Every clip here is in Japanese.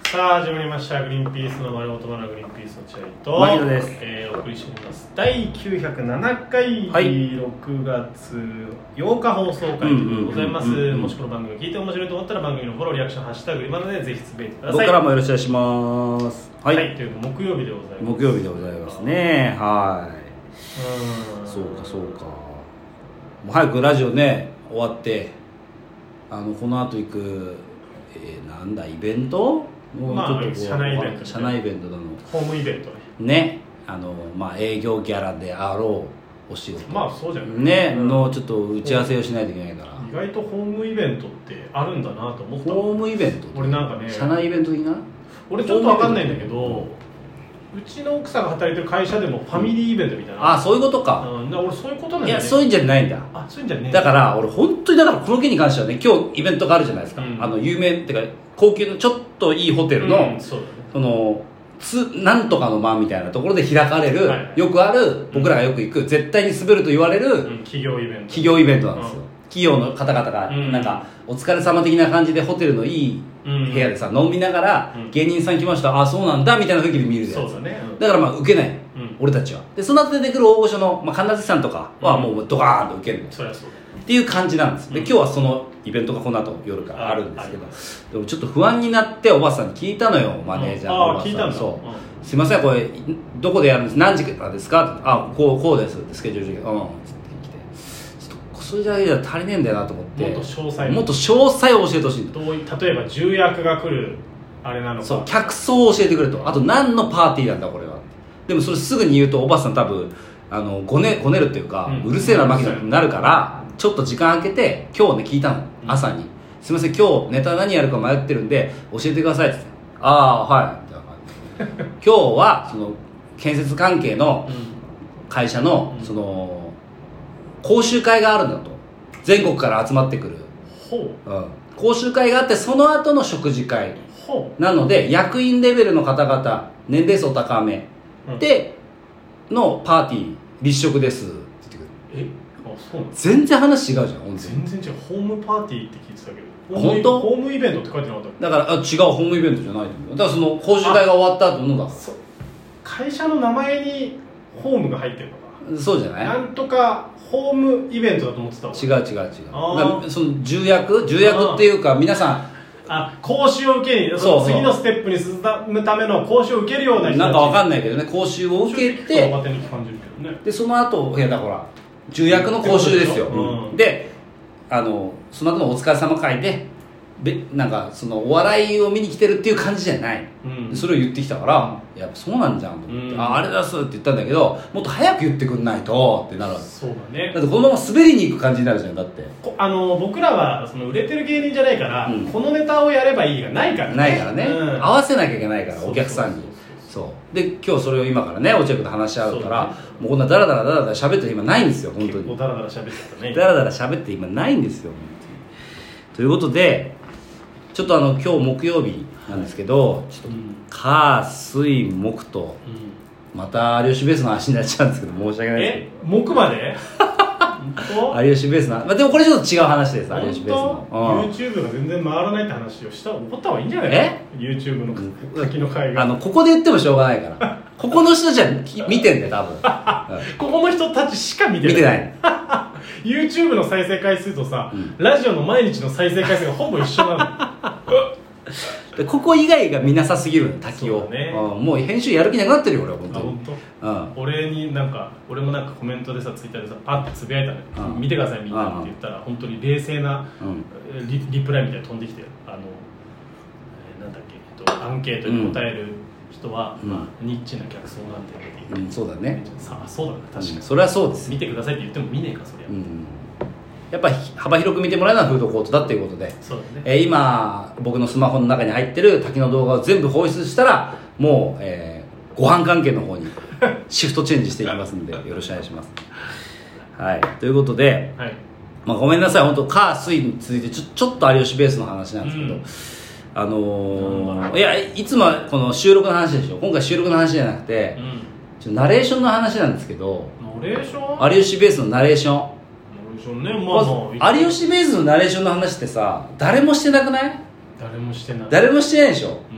さあ始まりましたグリーンピースの丸本のグリーンピースのチャイと牧野です、 お送りしております第907回、 はい、 6月8日放送回ということでございます。もしこの番組を聞いて面白いと思ったら番組のフォローリアクションハッシュタグ今のでぜひつぶやいてください。 僕からもよろしくお願いします。はい、 はい、というか木曜日でございます。 木曜日でございますね。はい。そうかそうか。もう早くラジオね終わってこの後行くなんだイベント？ まあ社内イベント、ね、 社内イベントだのホームイベントね営業ギャラであろうお仕事まあそうじゃないね、のちょっと打ち合わせをしないといけないから意外とホームイベントってあるんだなと思った。 ホームイベント俺なんかね社内イベント的な俺ちょっと分かんないんだけどうちの奥さんが働いてる会社でもファミリーイベントみたいな、 あそういうことか、 俺そういうことなんだよね。 いやそういうんじゃないんだ。 あそういうんじゃねえだから俺本当にだからこの件に関してはね今日イベントがあるじゃないですか、有名っていうか高級のちょっといいホテルの、 そうだね、 そのなんとかの間みたいなところで開かれる、よくある僕らがよく行く絶対に滑ると言われる、 企業イベントなんですよ、企業の方々がなんかお疲れ様的な感じでホテルのいい部屋でさ飲みながら芸人さん来ました、あそうなんだみたいな雰囲気で見るじゃん。 そうだね、 だから受けない、俺たちは。でその後出てくる大御所の、神田さんとかはもうドカーンと受けるの、 そりゃそうだっていう感じなんです。で今日はそのイベントがこの後夜からあるんですけど、でもちょっと不安になっておばさんに聞いたのよ、マネージャーのおばさん。 聞いたんだ。 そう、すいませんこれどこでやるんです、何時からですか、こうですスケジュール時間ちょっとそれじゃ足りねえんだよなと思って、もっと詳細を教えてほしいんだ。 例えば重役が来るあれなのか、 そう客層を教えてくれと、あと何のパーティーなんだこれは。でもそれすぐに言うとおばさん多分ごねるっていうか、うるせえなマキになるから、ちょっと時間空けて今日ね聞いたの、朝にすいません今日ネタ何やるか迷ってるんで教えてくださいって言って、ああはいみたいな感じ今日はその建設関係の会社のその講習会があるんだと、全国から集まってくる、講習会があってその後の食事会なので役員レベルの方々年齢層高めでのパーティー立食ですって言ってくる。 そうなの？ 全然話違うじゃん。 全然違う。ホームパーティーって聞いてたけど、 本当？ ホームイベントって書いてなかった？ だから違う、ホームイベントじゃないと思う。だからその講習会が終わった後のだから、 会社の名前にホームが入ってるのか。 そうじゃない？ なんとかホームイベントだと思ってたわ。 違うだからその重役っていうか皆さん講習を受けに、その次のステップに進むための講習を受けるような人たちなんかわかんないけどね、講習を受けて、でその後いやだから重役の講習ですよ、でその後のお疲れ様会でなんかそのお笑いを見に来てるっていう感じじゃない、それを言ってきたから、やっぱそうなんじゃんと思って、あれだすって言ったんだけど、もっと早く言ってくんないとってなるわけ。 そうだね。 だってこのまま滑りに行く感じになるじゃん。だって僕らはその売れてる芸人じゃないから、このネタをやればいいがないからね、 合わせなきゃいけないからお客さんに。そうで今日それを今からねお茶と話し合うから、もうこんなダラダラ喋ってる今ないんですよ本当に。 結構ダラダラ喋ってたね。 ダラダラ喋って今ないんですよということで、ちょっと今日木曜日なんですけど、ちょっと火水木と、また有吉ベースの話になっちゃうんですけど申し訳ないですけど。 木まで有吉ベースの、でもこれちょっと違う話です。有吉ベースの、 YouTube が全然回らないって話を起こった方がいいんじゃない？ YouTube の先の会がここで言ってもしょうがないからここの人じゃ見てんだよ多分ここの人たちしか見てない YouTube の再生回数とさ、ラジオの毎日の再生回数がほぼ一緒なのここ以外が見なさすぎるの滝を、もう編集やる気なくなってるよ俺は本当。 俺もなんかコメントでさツイッターでさパッてつぶやいたの、見てくださいみんなって言ったら、本当に冷静なリプライみたいな飛んできて、なんだっけ、アンケートに答える人は、ニッチな客層なんでってそうだね。 そうだね、確かに、 それはそうです。 見てくださいって言っても見ねえかそりゃ、 やっぱり幅広く見てもらうのはフードコートだっていうことで、 そうだね。 今僕のスマホの中に入ってる滝の動画を全部放出したらもう、ご飯関係の方にシフトチェンジしていきますのでよろしくお願いします。はい、ということで、ごめんなさい本当火水に続いてちょっと有吉ベースの話なんですけど、いやいつもはこの収録の話でしょ。今回収録の話じゃなくて、ナレーションの話なんですけど、 ナレーション？ 有吉ベースのナレーション。有吉ベースのナレーションの話ってさ誰もしてなくない？ 誰もしてないでしょ、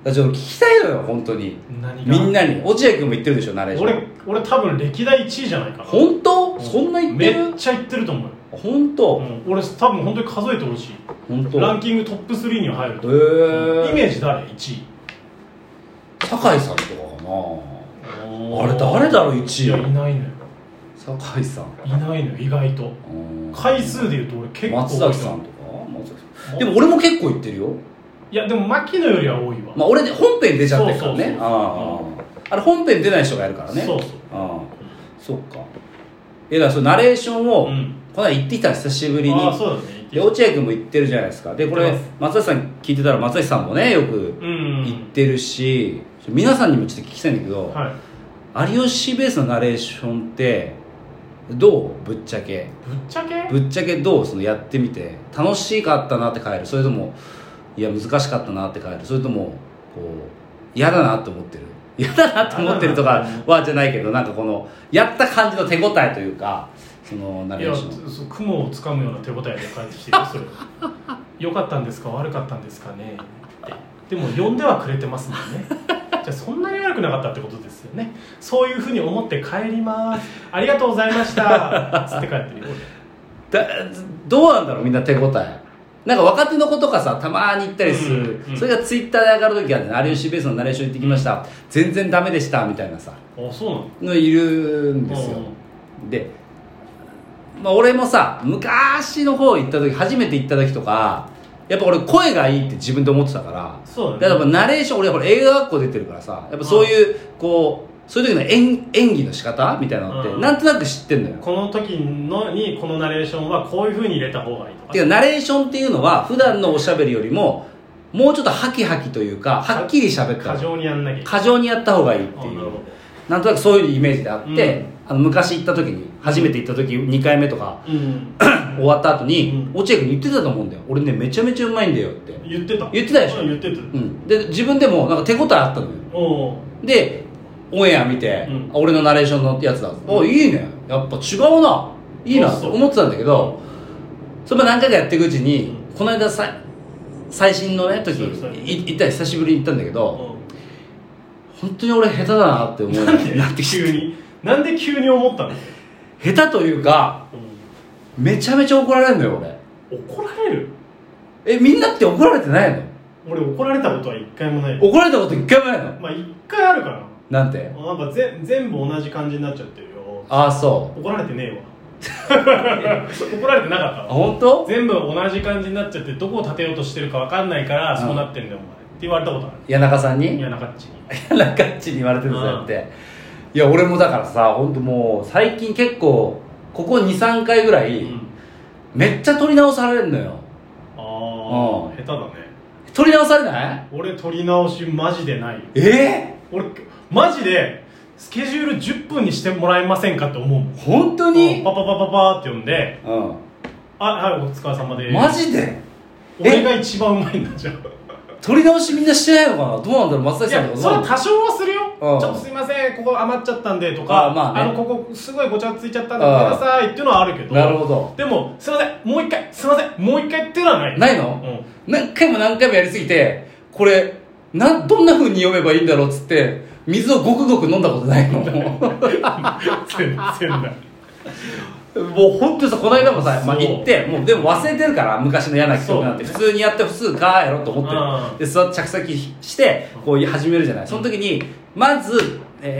ちょっと聞きたいのよ本当に。みんなに。落合君も言ってるでしょナレーション。 俺多分歴代1位じゃないかな。 本当？そんな言ってる？ めっちゃ言ってると思うよ。 本当？ 俺多分本当に数えてほしい。 本当？ ランキングトップ3には入ると。イメージ誰？1位酒井さんとかかな。あれ誰だろう1位。 いやいないのよ。 酒井さんいないのよ意外と。回数でいうと俺結構松崎さんとか。でも俺も結構言ってるよ。 いやでも牧野よりは多いわ。 まあ俺本編出ちゃってるからね。あれ本編出ない人がやるからね。 そうそっか。だからそのナレーションをこの間行ってきた久しぶりに。 そうだね。 で落合君も言ってるじゃないですか。でこれ松崎さん聞いてたら松崎さんもねよく言ってるし、皆さんにもちょっと聞きたいんだけど、有吉ベースのナレーションってどう？ぶっちゃけどう？そのやってみて楽しかったなって帰る？それともいや難しかったなって帰る？それともこう嫌だなって思ってる？嫌だなって思ってるとかはじゃないけど、なんかこのやった感じの手応えというか、そのナレーション。 いや雲をつかむような手応えで帰ってきてるそれ良かったんですか悪かったんですかねってでも呼んではくれてますもんねじゃあそんなに悪くなかったってことですよね。そういうふうに思って帰りますありがとうございましたつって帰ってるよどうなんだろうみんな手応え。なんか若手の子とかさたまに言ったりする、それがツイッターで上がるときはね、有吉ベースのナレーション行ってきました、全然ダメでしたみたいなさそうのいるんですよ。で、まあ、俺もさ昔の方行った時初めて行った時とかやっぱ俺声がいいって自分で思ってたから、 そうだね、 だからナレーション俺は映画学校出てるからさ、やっぱそういうこうそういう時の演技の仕方みたいなのってなんとなく知ってんのよ。 この時のにこのナレーションはこういう風に入れた方がいいとか。 てかナレーションっていうのは普段のおしゃべりよりももうちょっとハキハキというかはっきり喋った過剰にやんなきゃ過剰にやった方がいいっていう、なんとなくそういうイメージであって、昔行った時に初めて行った時2回目とか、終わった後に、落合君言ってたと思うんだよ。俺ねめちゃめちゃうまいんだよって言ってたでしょ。 言ってた、 で自分でもなんか手応えあったのよ。でオンエア見て、俺のナレーションのやつだ、いいねやっぱ違うないいなと思ってたんだけど、それも何回かやっていくうちに、この間最新のね時行ったら久しぶりに行ったんだけど、本当に俺下手だなって思うようになってきてなんで急に思ったの？ 下手というか、めちゃめちゃ怒られるのよ俺。 怒られる？ みんなって怒られてないの？ 俺怒られたことは一回もない。 怒られたこと一回もないの？ まあ一回あるかな。 なんて？ なんか全部同じ感じになっちゃってるよ。 ああそう。 怒られてねえわ怒られてなかったわ。 本当？ 全部同じ感じになっちゃって、どこを立てようとしてるか分かんないからそうなってんだよお前って言われたことある。 谷中さんに？ 谷中っちに谷中っちに言われてるんだって。いや俺もだからさ、本当もう最近結構ここ 2,3 回ぐらい、めっちゃ撮り直されるのよ。 下手だね。 撮り直されない？ 俺撮り直しマジでない。俺マジでスケジュール10分にしてもらえませんかって思うもん。 本当に？ パパパパパって呼んで、はいお疲れ様です。 マジで？ 俺が一番うまいんだじゃん。 撮り直しみんなしてないのかな？どうなんだろう。松崎さんとかそれは多少はするよ。ちょっとすいませんここ余っちゃったんでとか、ここすごいごちゃついちゃったんでごめんなさいっていうのはあるけど。 なるほど。 でもすいませんもう一回すいませんもう一回っていうのはない。 ないの？何回も何回もやりすぎて、これどんな風に読めばいいんだろうっつって水をごくごく飲んだことないの？ 全然ない。 もう本当にさ、この間もさ、行ってもうでも忘れてるから、昔の嫌な曲なんて普通にやって普通かやろうと思ってで座って着席してこう始めるじゃない。その時にまず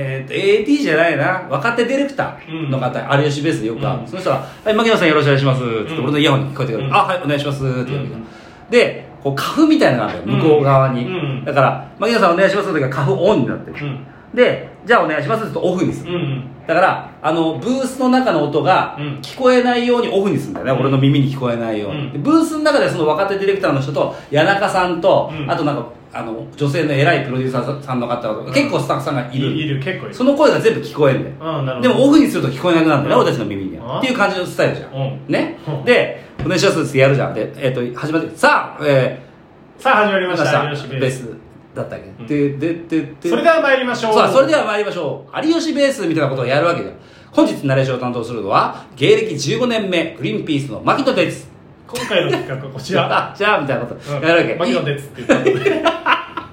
AD じゃないな、若手ディレクターの方、有吉ベースでよくその人は「はい牧野さんよろしくお願いします」って俺のイヤホンに聞こえてくる「あはいお願いします」って言うわけで、こうカフみたいなのがあるんだよ向こう側に。だから牧野さんお願いしますの時はカフオンになってる。でじゃあお願いしますってオフにする。だからブースの中の音が聞こえないようにオフにするんだよね、俺の耳に聞こえないように。でブースの中でその若手ディレクターの人と谷中さんと、あとなんか女性の偉いプロデューサーさんの方が結構スタッフさんがいる結構いる。その声が全部聞こえるんだよ。でもオフにすると聞こえなくなるんだよね、俺たちの耳にはっていう感じのスタイルじゃんね。でお願いしますってやるじゃん。で始まってさあ始まりました有吉ベースだったっけ。 それでは参りましょう。 それでは参りましょう。有吉ベースみたいなことをやるわけだよ。本日ナレーションを担当するのは芸歴15年目グリーンピースの牧野です。 今回の企画はこちらじゃあみたいなことやるわけ。 牧野ですって言ったので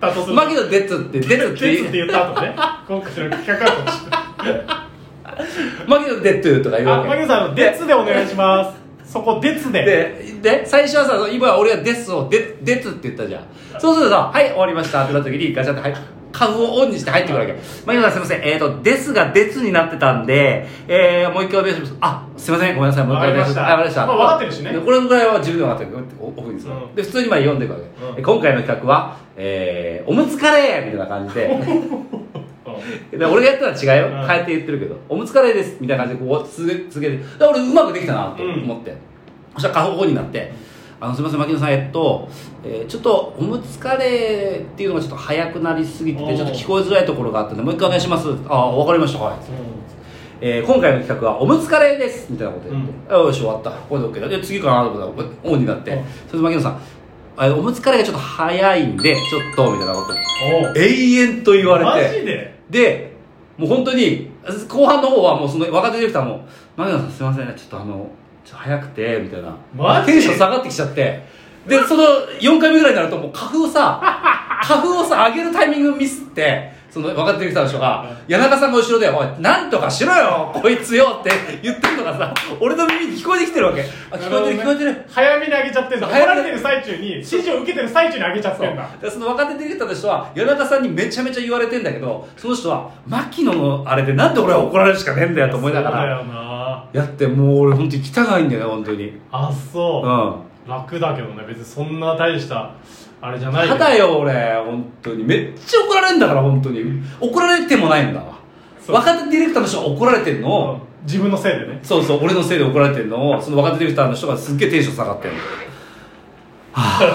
だとする牧野デッツって言った後ね今回の企画はこっち牧野デッツとか言うわけ。 牧野さんデッツでお願いしますそこデツで最初はさ、今俺がデスをデツって言ったじゃん。そうするとさ、はい終わりましたってなった時にガチャって、はい、カフをオンにして入ってくるわけ。牧野さんすいません、デスがデツになってたんで、もう一回お願いします。あ、すいませんごめんなさい、もう一回お願いします。 わかりました。分かってるしね。 これぐらいは自分で分かってる。オフにする、で普通にまあ読んでいくわけ、今回の企画は、おむつカレーみたいな感じでで俺がやったら違うよ、変えて言ってるけど、おむつカレーですみたいな感じでこう続けて、俺うまくできたなと思って、そしたら過保護になって、すみません牧野さん、ちょっとおむつカレーっていうのがちょっと早くなりすぎててちょっと聞こえづらいところがあったのでもう一回お願いします。あ、分かりました、はい、今回の企画はおむつカレーですみたいなこと言って、よし終わった、これで OK だ。で次かなと思ったらオンになって、それで牧野さんおむつカレーがちょっと早いんでちょっとみたいなこと永遠と言われて、 マジでもう本当に後半の方はもうその若手ディレクターも牧野さんすいませんちょっとちょっと早くてみたいなテンション下がってきちゃって、でその4回目ぐらいになるともう花粉をさ上げるタイミングミスって、その若手ディレクターの人が谷中さんが後ろで「おいなんとかしろよこいつよ」って言ってるのがさ俺の耳に聞こえてきてるわけ。あ、聞こえてる聞こえてる。 早めに上げちゃってんだ。怒られてる最中に指示を受けてる最中に上げちゃってんだ。 その若手ディレクターの人は谷中さんにめちゃめちゃ言われてんだけど、その人は牧野のあれでなんで俺は怒られるしかねえんだよと思いながらやって、もう俺本当に汚いんだよね本当に。 あ、そう、楽だけどね別にそんな大したあれじゃないよ。 ただよ俺本当にめっちゃ怒られるんだから、本当に怒られてもないんだわ。若手ディレクターの人が怒られてるのを、 自分のせいでね。 そうそう、俺のせいで怒られてるのをその若手ディレクターの人がすっげえテンション下がってるの。は